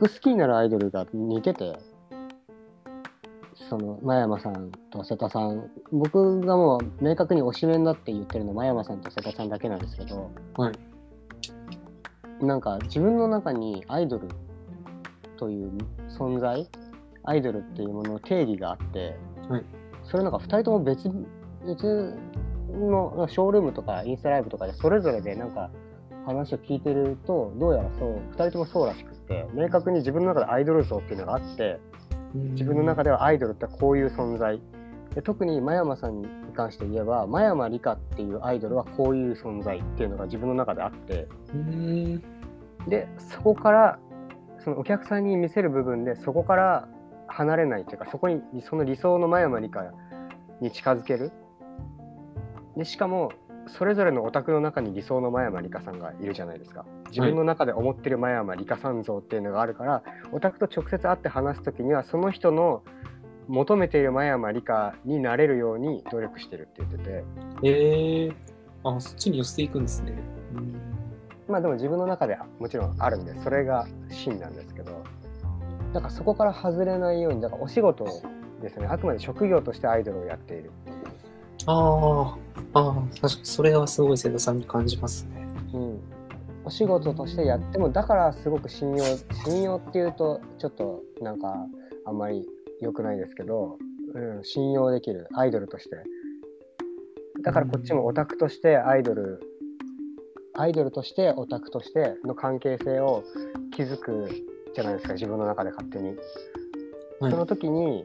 僕好きになるアイドルが似てて、その真山さんと瀬田さん、僕がもう明確に推しメンだって言ってるの真山さんと瀬田さんだけなんですけど、 はい。 なんか自分の中にアイドルという存在、アイドルっていうものの定義があって、 はい。 それなんか2人とも別のショールームとかインスタライブとかでそれぞれでなんか話を聞いてると、どうやらそう2人ともそうらしくって、明確に自分の中でアイドル像っていうのがあって、自分の中ではアイドルってこういう存在で、特に真山さんに関して言えば真山里香っていうアイドルはこういう存在っていうのが自分の中であって、でそこからそのお客さんに見せる部分でそこから離れないというか、そこにその理想の真山里香に近づける。でしかもそれぞれのオタクの中に理想の真山里香さんがいるじゃないですか。自分の中で思ってる真山里香さん像っていうのがあるから、オタクと直接会って話すときにはその人の求めている真山里香になれるように努力してるって言ってて。 あ、そっちに寄せていくんですね。 まあでも自分の中でもちろんあるんで、それが真なんですけど、だからそこから外れないように、だからお仕事ですね、あくまで職業としてアイドルをやっている。 確かにそれはすごい瀬戸さんに感じますね。 お仕事としてやっても、だからすごく信用っていうとちょっとなんかあんまり良くないですけど、信用できるアイドルとして、だからこっちもオタクとしてアイドルとしてオタクとしての関係性を築くじゃないですか、自分の中で勝手に。その時に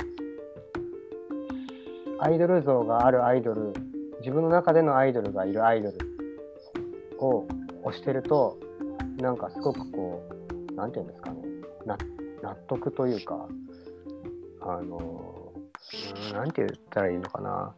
アイドル像があるアイドル、自分の中でのアイドルがいるアイドルを推してると、なんかすごくこう、なんていうんですかね、納得というか、なんて言ったらいいのかな、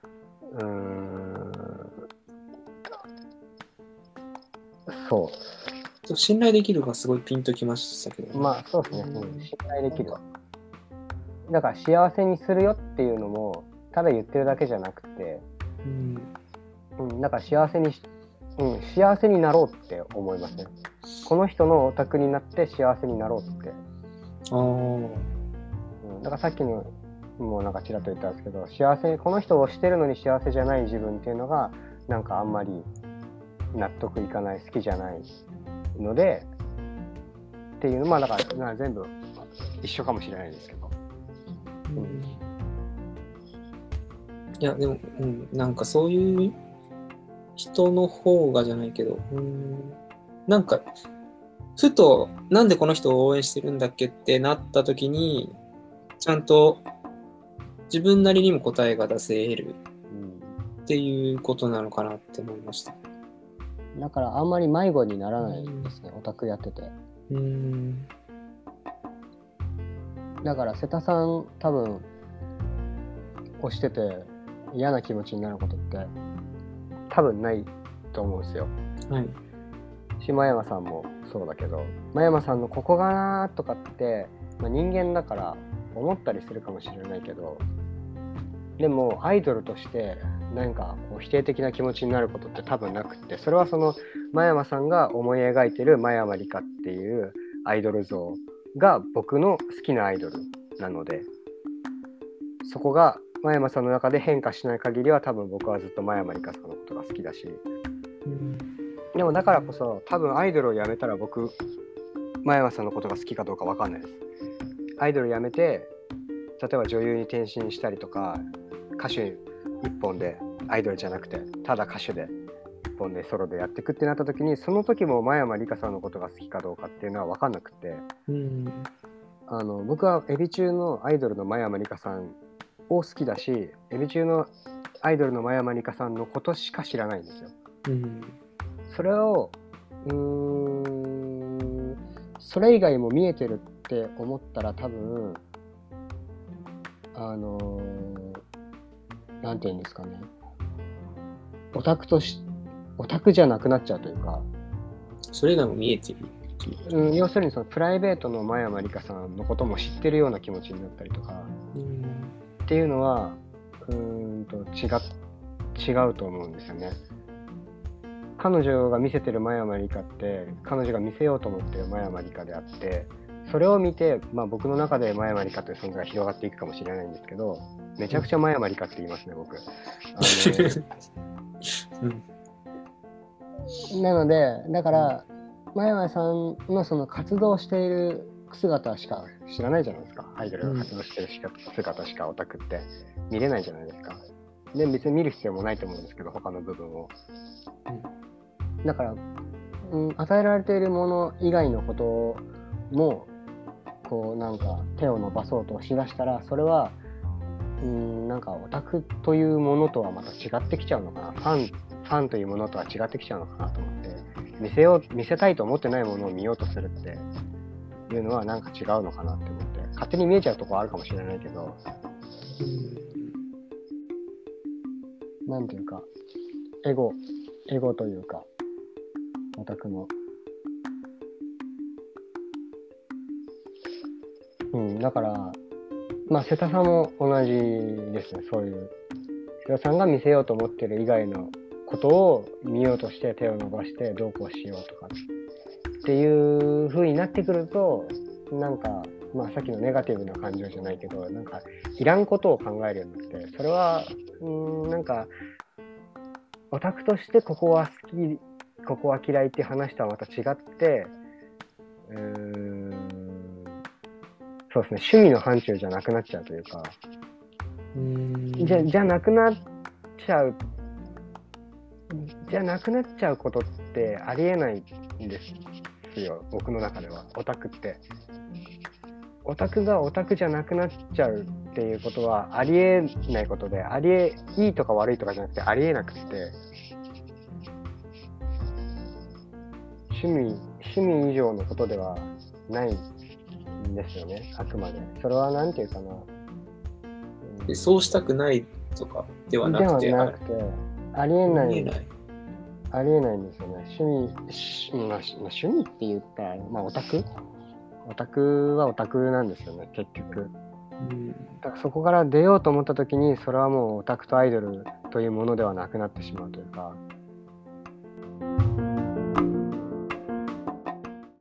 そう信頼できるがすごいピンときましたけど、 まあそうですね、信頼できる。だから幸せにするよっていうのもただ言ってるだけじゃなくて、だから幸せになろうって思いますね。この人のオタクになって幸せになろうって。だからさっきのもうなんかちらっと言ったんですけど、この人をしてるのに幸せじゃない自分っていうのがなんかあんまり納得いかない、好きじゃないのでっていうの、まあだから全部一緒かもしれないですけど。 いやでも、なんかそういう人の方がじゃないけど、なんかふとなんでこの人を応援してるんだっけってなった時にちゃんと自分なりにも答えが出せるっていうことなのかなって思いました。 だからあんまり迷子にならないですね、オタクやってて。だから瀬田さん多分推してて嫌な気持ちになることって多分ないと思うんですよ。真山さんもそうだけど、真山さんのここがなとかって、人間だから思ったりするかもしれないけど、でもアイドルとして何かこう否定的な気持ちになることって多分なくって、それはその真山さんが思い描いてる真山里香っていうアイドル像が僕の好きなアイドルなので、そこが真山さんの中で変化しない限りは多分僕はずっと真山里香さんのことが好きだし、でもだからこそ多分アイドルをやめたら僕真山さんのことが好きかどうか分かんないです。アイドルやめて例えば女優に転身したりとか、歌手一本でアイドルじゃなくてただ歌手で一本でソロでやっていくってなった時に、その時も真山里香さんのことが好きかどうかっていうのは分かんなくて、僕はエビ中のアイドルの真山里香さんを好きだし、エビ中のアイドルの真山里香さんのことしか知らないんですよ。それをそれ以外も見えてるって思ったら多分なんていうんですかね、オタクじゃなくなっちゃうというか、 それ以外も見えてる、 要するにそのプライベートの真山里香さんのことも知ってるような気持ちになったりとか、っていうのは違うと思うんですよね。彼女が見せてる真山里香って彼女が見せようと思ってる真山里香であって、 それを見て、僕の中で真山理香という存在が広がっていくかもしれないんですけど、めちゃくちゃ真山理香って言いますね、僕。なので、だから、真山さんのその活動している姿しか知らないじゃないですか。アイドルが活動している姿しかオタクって見れないじゃないですか。で、別に見る必要もないと思うんですけど、他の部分を。だから、与えられているもの以外のことも、こうなんか手を伸ばそうとしだしたら、それは、なんかオタクというものとはまた違ってきちゃうのかな。ファンというものとは違ってきちゃうのかなと思って、見せたいと思ってないものを見ようとするっていうのはなんか違うのかなって思って、勝手に見えちゃうところあるかもしれないけど、なんていうか、エゴというか、オタクの。だから、瀬田さんも同じですね、そういう。瀬田さんが見せようと思ってる以外のことを見ようとして手を伸ばしてどうこうしようとかっていう風になってくると、なんか、さっきのネガティブな感情じゃないけど、なんか、いらんことを考えるようになって、それは、なんか、オタクとしてここは好き、ここは嫌いっていう話とはまた違って、そうですね、趣味の範疇じゃなくなっちゃうというか、じゃなくなっちゃうことってありえないんですよ、僕の中では。オタクって。オタクがオタクじゃなくなっちゃうっていうことはありえないことで、いいとか悪いとかじゃなくてありえなくて、趣味以上のことではないんですよね、あくまで。それはなんていうかな。 そうしたくないとかではなくて、 ありえないんですよね。趣味って言ったら、オタクはオタクなんですよね、結局。だからそこから出ようと思った時に、それはもうオタクとアイドルというものではなくなってしまうというか。